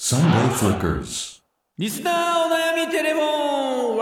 Sunday Flickers。 リスナーお悩みテレフォン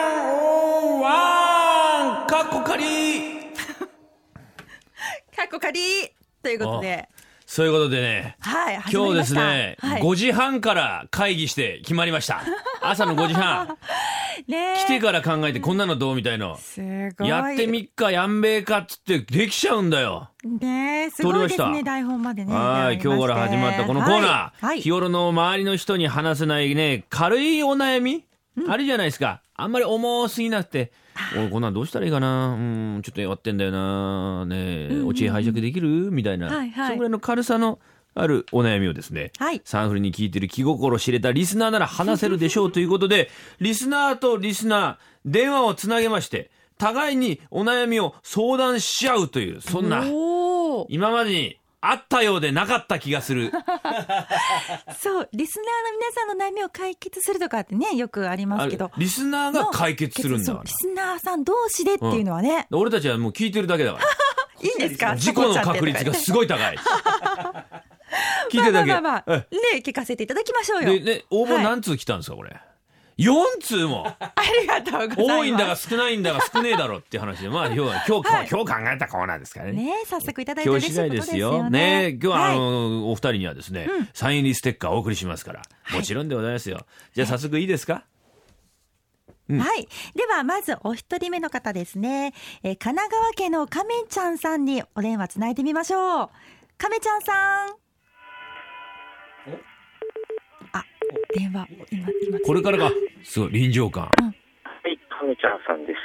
101カッコカリかっこかりということで、 そういうことでね、 はい、始ま今日でりました。 すね、 はい、 5時半から会議して決まりました。朝の5時半ね、 来てから考えてこんなのどうみたいのすごいやってみっかやんべえかっつってできちゃうんだよ。 ね、すごいですね、 通りました台本までね。 はい、今日から始まったこのコーナー、 はいはい、 日頃の周りの人に話せないね軽いお悩み、あるじゃないですか。あんまり重すぎなくて、おこんなんどうしたらいいかな、ちょっと弱ってんだよな、ねえ、お知恵拝借できるみたいな、 はいはい、 そのぐらいの軽さのあるお悩みをですね、 はい、 サンフルに聞いてる気心知れたリスナーなら話せるでしょうということでリスナーとリスナー電話をつなげまして互いにお悩みを相談し合うという、そんな今までにあったようでなかった気がするそう、リスナーの皆さんの悩みを解決するとかってね、よくありますけど、 リスナーが解決するんだから、 リスナーさん同士でっていうのはね、 俺たちはもう聞いてるだけだからいいんですか、 事故の確率がすごい高い聞いてるだけ、 ね、聞かせていただきましょうよ。 で、ね、応募何通来たんですかこれ。4通もありがとうございます。 多いんだか少ないんだか少ねえだろっていう話で、まあ今日考えたコーナーですからね。 ね、早速いただいて今嬉しいことですよね。今日ははい、 お二人にはですね、サイン入りステッカーをお送りしますから、もちろんでございますよ。じゃあ早速いいですか。 はい。では、まずお一人目の方ですね。神奈川県の亀ちゃんさんにお電話つないでみましょう。亀ちゃんさん。あ、電話、今。 これからか。すごい、臨場感。 はい、亀ちゃんさんです。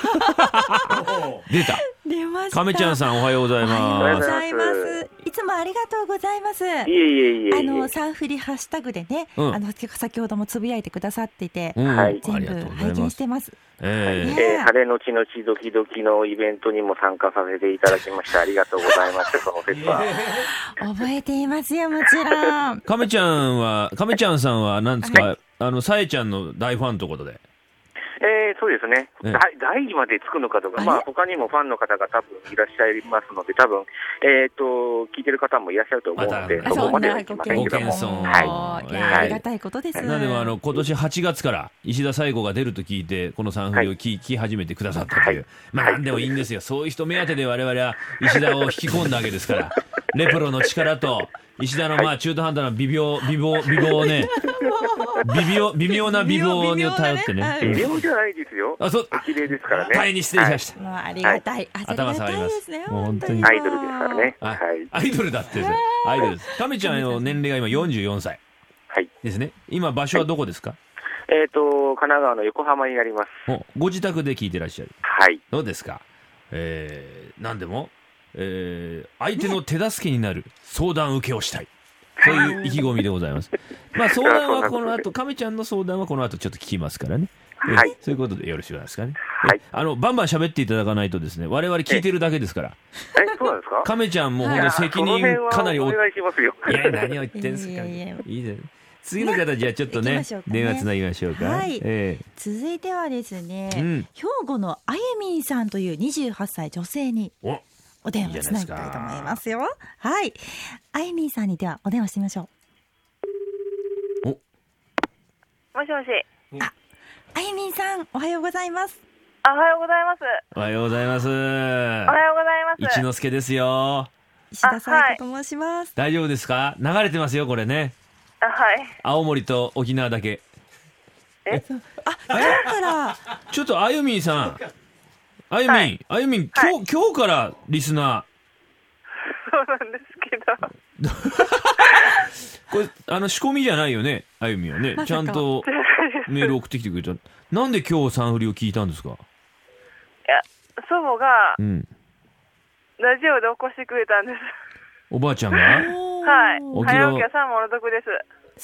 出た。 出ました。 亀ちゃんさんおはようございおはようます。 ございます。いつもありがとうございます。 いえ。 サンフリハッシュタグでね、先ほどもつぶやいてくださっていて、 はい全部拝見してます。 晴れのちのちドキドキのイベントにも参加させていただきましてありがとうございました。その説は覚えていますよ、もちろん。 亀ちゃんさんは何ですか、さえちゃんの大ファンということで。 そうですね、第位までつくのかとか、他にもファンの方が多分いらっしゃいますので、多分、聞いてる方もいらっしゃると思うので、そこまでは聞きませんけども、 ありがたいことです。 なんでも今年8月から石田紗友子が出ると聞いて、このサンフリを聞き始めてくださったという、でもいいんですよ、そういう人目当てで我々は石田を引き込んだわけですから、レプロの力と石田の中途半端な美貌をね、微妙な美貌に頼ってね。 微妙じゃないですよ。綺麗ですからね。 大変に失礼しました。 もうありがたい。 頭下がります。 もう本当にアイドルですからね。 アイドルだってアイドルです。亀ちゃんの年齢が今44歳ですね。今場所はどこですか？ 神奈川の横浜になります。 ご自宅で聞いてらっしゃる。 はい。 どうですか？何でも相手の手助けになる相談受けをしたい。そういう意気込みでございます。相談はこの後、亀ちゃんの相談はこの後ちょっと聞きますからね。 はい。 そういうことでよろしくですかね。 はい。 バンバン喋っていただかないとですね、我々聞いてるだけですから。 そうなんですか？ 亀ちゃんも本当責任かなりお願いしますよ。 いや、何を言ってんすか。いいです。次の方じゃあちょっとね、電話つなぎましょうか。 はい。続いてはですね、兵庫のあゆみんさんという28歳女性にお電話つなぎたいと思いますよ。はい。あゆみんさんにではお電話してみましょう。もしもし。 あゆみんさん、おはようございます。 おはようございます。 おはようございます。おはようございます。 一之輔ですよ。 石田紗友子と申します。 大丈夫ですか？流れてますよこれね。 はい。 青森と沖縄だけ。 今日からちょっとあゆみんさん。あゆみん、今日からリスナー。そうなんですけど。 これ仕込みじゃないよね、あゆみんはね。ちゃんとメール送ってきてくれた。なんで今日サンフリを聞いたんですか？いや、祖母が、ラジオで起こしてくれたんです。 おばあちゃんが？ はい。早起きは三問の得です。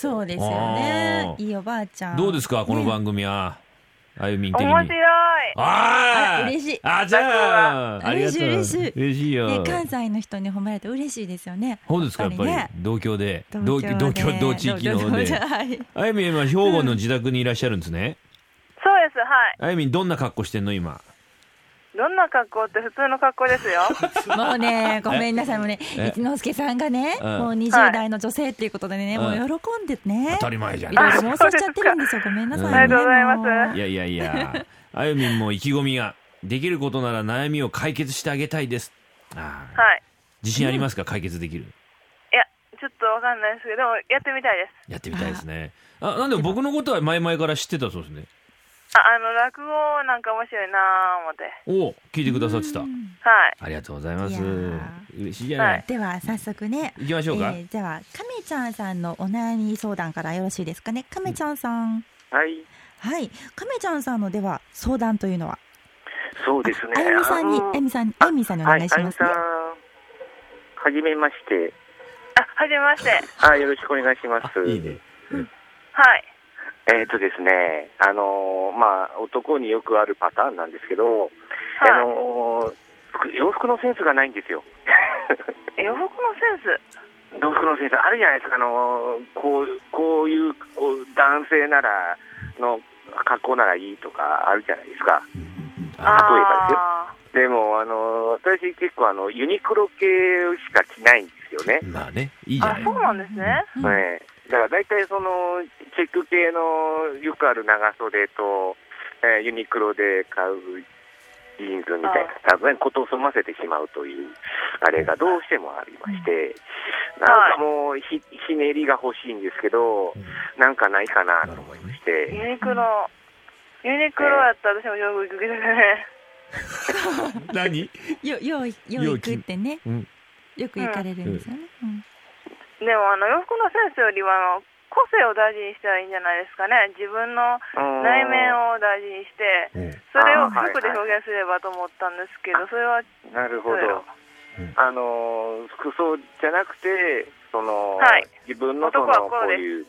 そうですよね。いいおばあちゃん。 どうですかこの番組は？あゆみん的に。 面白い。 嬉しい。 じゃあ、ありがとう。 嬉しいよ。 関西の人に褒められて嬉しいですよね。 そうですか、やっぱり。同郷で。同地域の方で。あゆみんは兵庫の自宅にいらっしゃるんですね。 そうです、はい。 あゆみんどんな格好してんの今？ ラどんな格好って普通の格好ですよ。 もうね、ごめんなさい、もうね、一之輔さんがね、もう20代の女性っていうことでね、もう喜んでね、 当たり前じゃん。 いろいろ妄想しちゃってるんですよ。ごめんなさいね。 ありがとうございます。 いや、あゆみんも意気込みが、できることなら悩みを解決してあげたいです。 はい。 自信ありますか、解決できる？ いや、ちょっとわかんないですけど、やってみたいです。 やってみたいですね。なんで僕のことは前々から知ってたそうですね。 落語なんか面白いなぁ思って。 聞いてくださってた。はい。ありがとうございます。嬉しいじゃない。 では早速ね、 行きましょうか。 じゃあ亀ちゃんさんのお悩み相談からよろしいですかね。亀ちゃんさん。 はい。 はい。亀ちゃんさんのでは相談というのは。 そうですね。 あゆみさんにお願いしますね。 はじめまして。 はじめまして。 よろしくお願いします。 いいね。 はい。 ですね、男によくあるパターンなんですけど、洋服のセンスがないんですよ。 洋服のセンスあるじゃないですか。こういう男性ならの格好ならいいとかあるじゃないですか。例えばですよ。でも私結構ユニクロ系しか着ないんですよね。 まあね、いいじゃない。 そうなんですね。 だから大体チェック系のよくある長袖と、ユニクロで買うジーンズみたいなことを済ませてしまうというあれがどうしてもありまして、なんかもうひねりが欲しいんですけど、なんかないかなと思いまして。 ユニクロやったら私もよく行くけどね。 何？ よう行くってね、よく行かれるんですよね。 でも洋服のセンスよりは個性を大事にしたらいいんじゃないですかね。自分の内面を大事にして、それを服で表現すればと思ったんですけど、それはなるほど。服装じゃなくて自分のこういう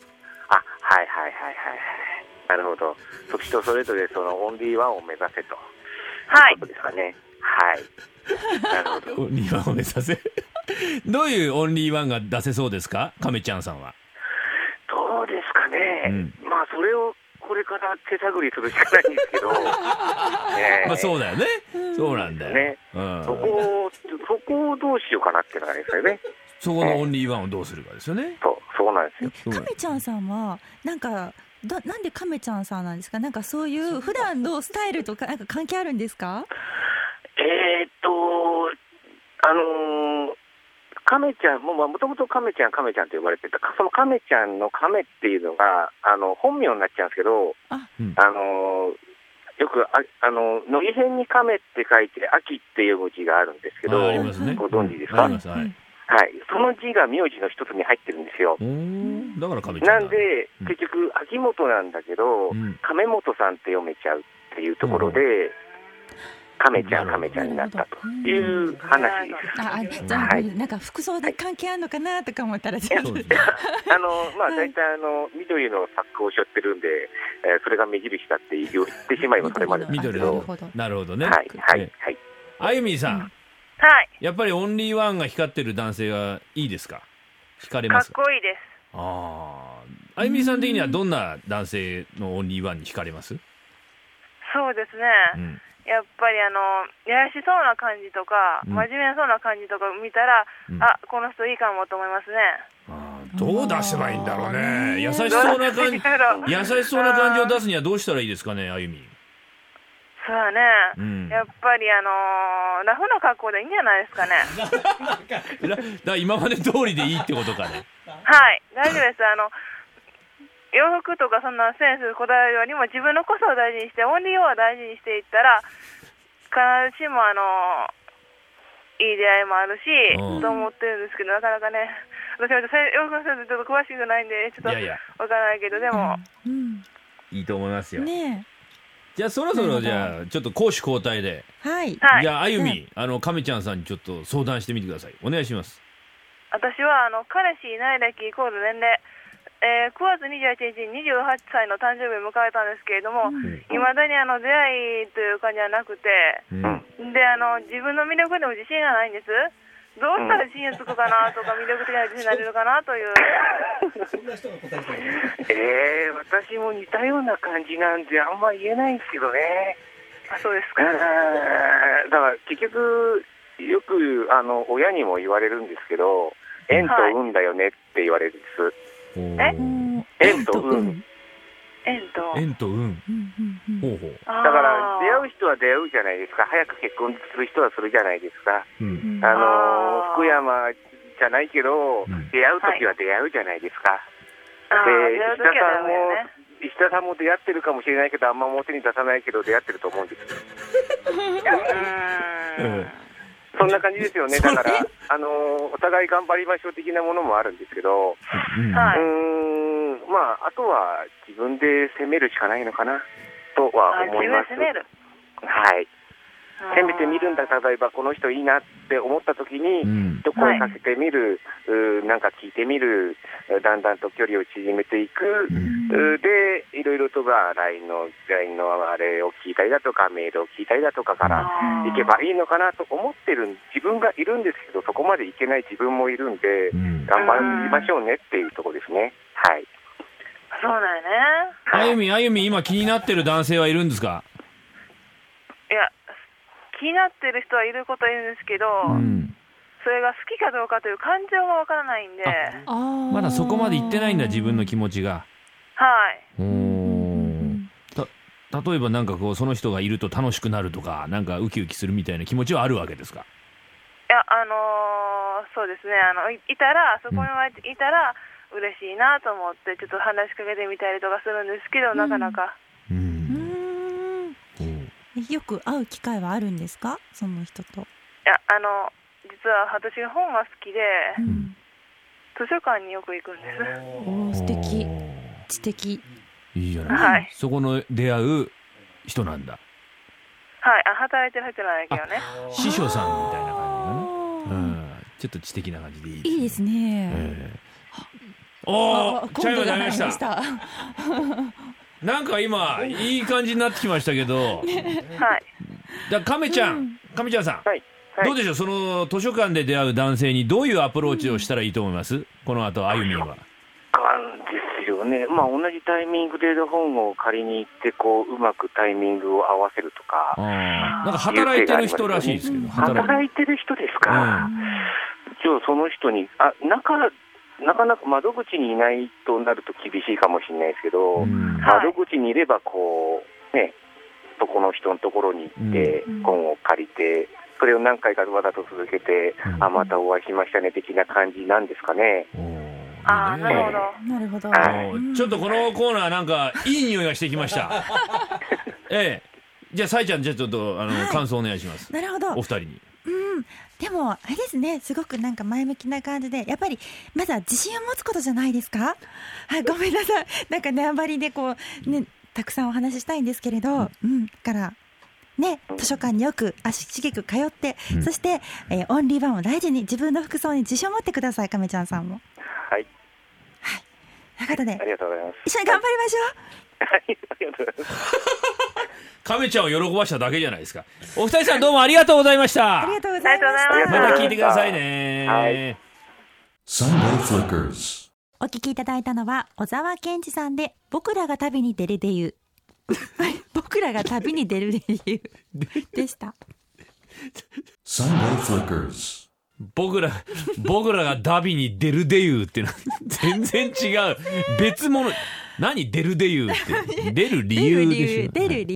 なるほど。人それぞれオンリーワンを目指せと。いうことですかね。はい。なるほど。 オンリーワンを目指せ。どういうオンリーワンが出せそうですか、亀ちゃんさんは。 どうですかね。それをこれから手探りするしかないんですけど。 そうだよね。そうなんだよね。 そこをどうしようかなっていうのがあれですよね。 そこのオンリーワンをどうするかですよね。 そうなんですよ。 亀ちゃんさんはなんで亀ちゃんさんなんですか。なんかそういう普段のスタイルとかなんか関係あるんですか。 亀ちゃんもともと亀ちゃんと呼ばれてた、その亀ちゃんの亀っていうのが本名になっちゃうんですけど、よく乃木編に亀って書いて秋っていう文字があるんですけど、ご存知ですか。はい、その字が名字の一つに入ってるんですよ。 だから亀ちゃんなんで結局秋元なんだけど、亀本さんって読めちゃうっていうところで、亀ちゃんになったという話です。 なんか服装で関係あるのかなとか思ったら、大体緑のサックを背負ってるんで、それが目印だって言ってしまえばそれまでなんですけど。 なるほどね。あゆみさん、やっぱりオンリーワンが光ってる男性はいいですか。惹かれますか。 かっこいいです。 あゆみさん的にはどんな男性のオンリーワンに惹かれます。 そうですね。やっぱりやらしそうな感じとか、真面目そうな感じとか見たら、この人いいかもと思いますね。 どう出せばいいんだろうね。優しそうな感じを出すにはどうしたらいいですかね、あゆみ。 そうだね、やっぱりラフな格好でいいんじゃないですかね。 だから今まで通りでいいってことかね。 はい、大丈夫です。洋服とかそんなセンスこだわるよりも自分の個性を大事にして、オンリーワンを大事にしていったら、必ずしもいい出会いもあるし、と思ってるんですけど、なかなかね、私は洋服のセンスちょっと詳しくないんでちょっとわからないけど、でも、 いいと思いますよ。 ね。 じゃあそろそろちょっと攻守交代で、じゃああゆみ、亀ちゃんさんにちょっと相談してみてください。お願いします。 私は彼氏いない歴イコール年齢、9月28日に28歳の誕生日を迎えたんですけれども、いまだに出会いという感じはなくて、で自分の魅力でも自信がないんです。どうしたら自信がつくかなとか、魅力的な自信になれるかなという。 私も似たような感じなんであんま言えないんですけどね。 そうですか。 だから結局よく親にも言われるんですけど、縁と運だよねって言われるんです。縁と運。 縁と運。ほうほう。 だから出会う人は出会うじゃないですか。早く結婚する人はするじゃないですか。福山じゃないけど、出会う時は出会うじゃないですか。石田さんも出会ってるかもしれないけど、あんま表に出さないけど出会ってると思うんですよ。そんな感じですよね。だからお互い頑張りましょう的なものもあるんですけど、まああとは自分で攻めるしかないのかなとは思います。はい。攻めてみるんだ。例えばこの人いいなって思った時に、声かけてみる、なんか聞いてみる、だんだんと距離を縮めていく、でいろいろとが LINE のあれを聞いたりだとかメールを聞いたりだとかからいけばいいのかなと思ってる自分がいるんですけど、そこまでいけない自分もいるんで、頑張りましょうねっていうところですね。はい。 そうだよね。 あゆみ今気になってる男性はいるんですか？ いや、気になってる人はいることはいるんですけど、それが好きかどうかという感情がわからないんで。 まだそこまで言ってないんだ、自分の気持ちが。 はい。 例えばなんかこうその人がいると楽しくなるとか、なんかウキウキするみたいな気持ちはあるわけですか？ いや、そうですね。いたらそこにいたら嬉しいなと思ってちょっと話しかけてみたりとかするんですけど、なかなか。 よく会う機会はあるんですか、その人と？いや、実は私が本が好きで、図書館によく行くんです。 素敵、知的。 いいじゃない、そこの出会う人なんだ。 はい、働いてる人なんだけどね。 師匠さんみたいな感じかな。ちょっと知的な感じでいいですね。 いいですね。 チャイムが鳴りました。なんか今いい感じになってきましたけど、亀ちゃんさん、どうでしょう、その図書館で出会う男性にどういうアプローチをしたらいいと思います？この後あゆみんは。 ですよね。まあ同じタイミングで本を借りに行ってこううまくタイミングを合わせるとか。 なんか働いてる人らしいですけど。 働いてる人ですか。じゃあその人になかなか窓口にいないとなると厳しいかもしれないですけど、窓口にいればこうね、そこの人のところに行って本を借りて、それを何回かわざと続けて、またお会いしましたね的な感じなんですかね。 なるほど。 なるほど。 ちょっとこのコーナーなんかいい匂いがしてきました。じゃあさえちゃん、じゃあちょっと感想お願いします。 なるほど。 お二人に。 でもあれですね、すごくなんか前向きな感じで、やっぱりまずは自信を持つことじゃないですか。ごめんなさい、なんかね、あんまりねこうねたくさんお話ししたいんですけれど、だからね、図書館によく足しげく通って、そして、オンリーワンを大事に自分の服装に自信を持ってください、亀ちゃんさんも。 はい。 ということで、 ありがとうございます。 一緒に頑張りましょう。 はい、ありがとうございます。 亀ちゃんを喜ばしただけじゃないですか。お二人さんどうもありがとうございました。 ありがとうございました。 また聞いてくださいね。 Sunday Flickers。お聞きいただいたのは小沢健二さんで僕らが旅に出るでいう僕らが旅に出るでいうでした。 Sunday Flickers。僕らが旅に出るでいうってのは全然違う別物。何出るでいうって出る理由でしょ。